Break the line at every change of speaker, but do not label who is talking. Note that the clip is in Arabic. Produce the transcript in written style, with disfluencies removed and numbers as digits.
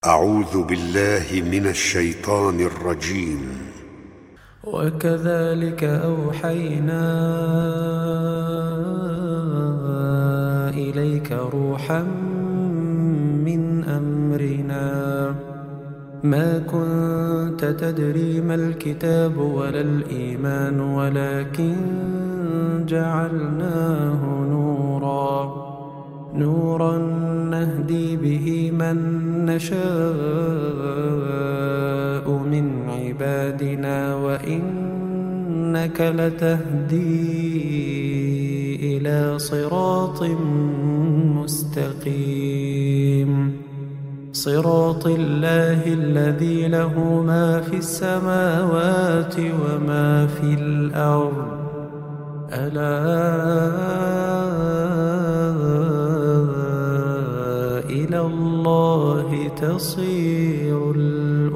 أعوذ بالله من الشيطان الرجيم.
وكذلك أوحينا إليك روحا من أمرنا ما كنت تدري ما الكتاب ولا الإيمان ولكن جعلناه نورا نهدي به من نشاء من عبادنا وإنك لتهدي إلى صراط مستقيم صراط الله الذي له ما في السماوات وما في الأرض ألا إلى الله تصير الأمور.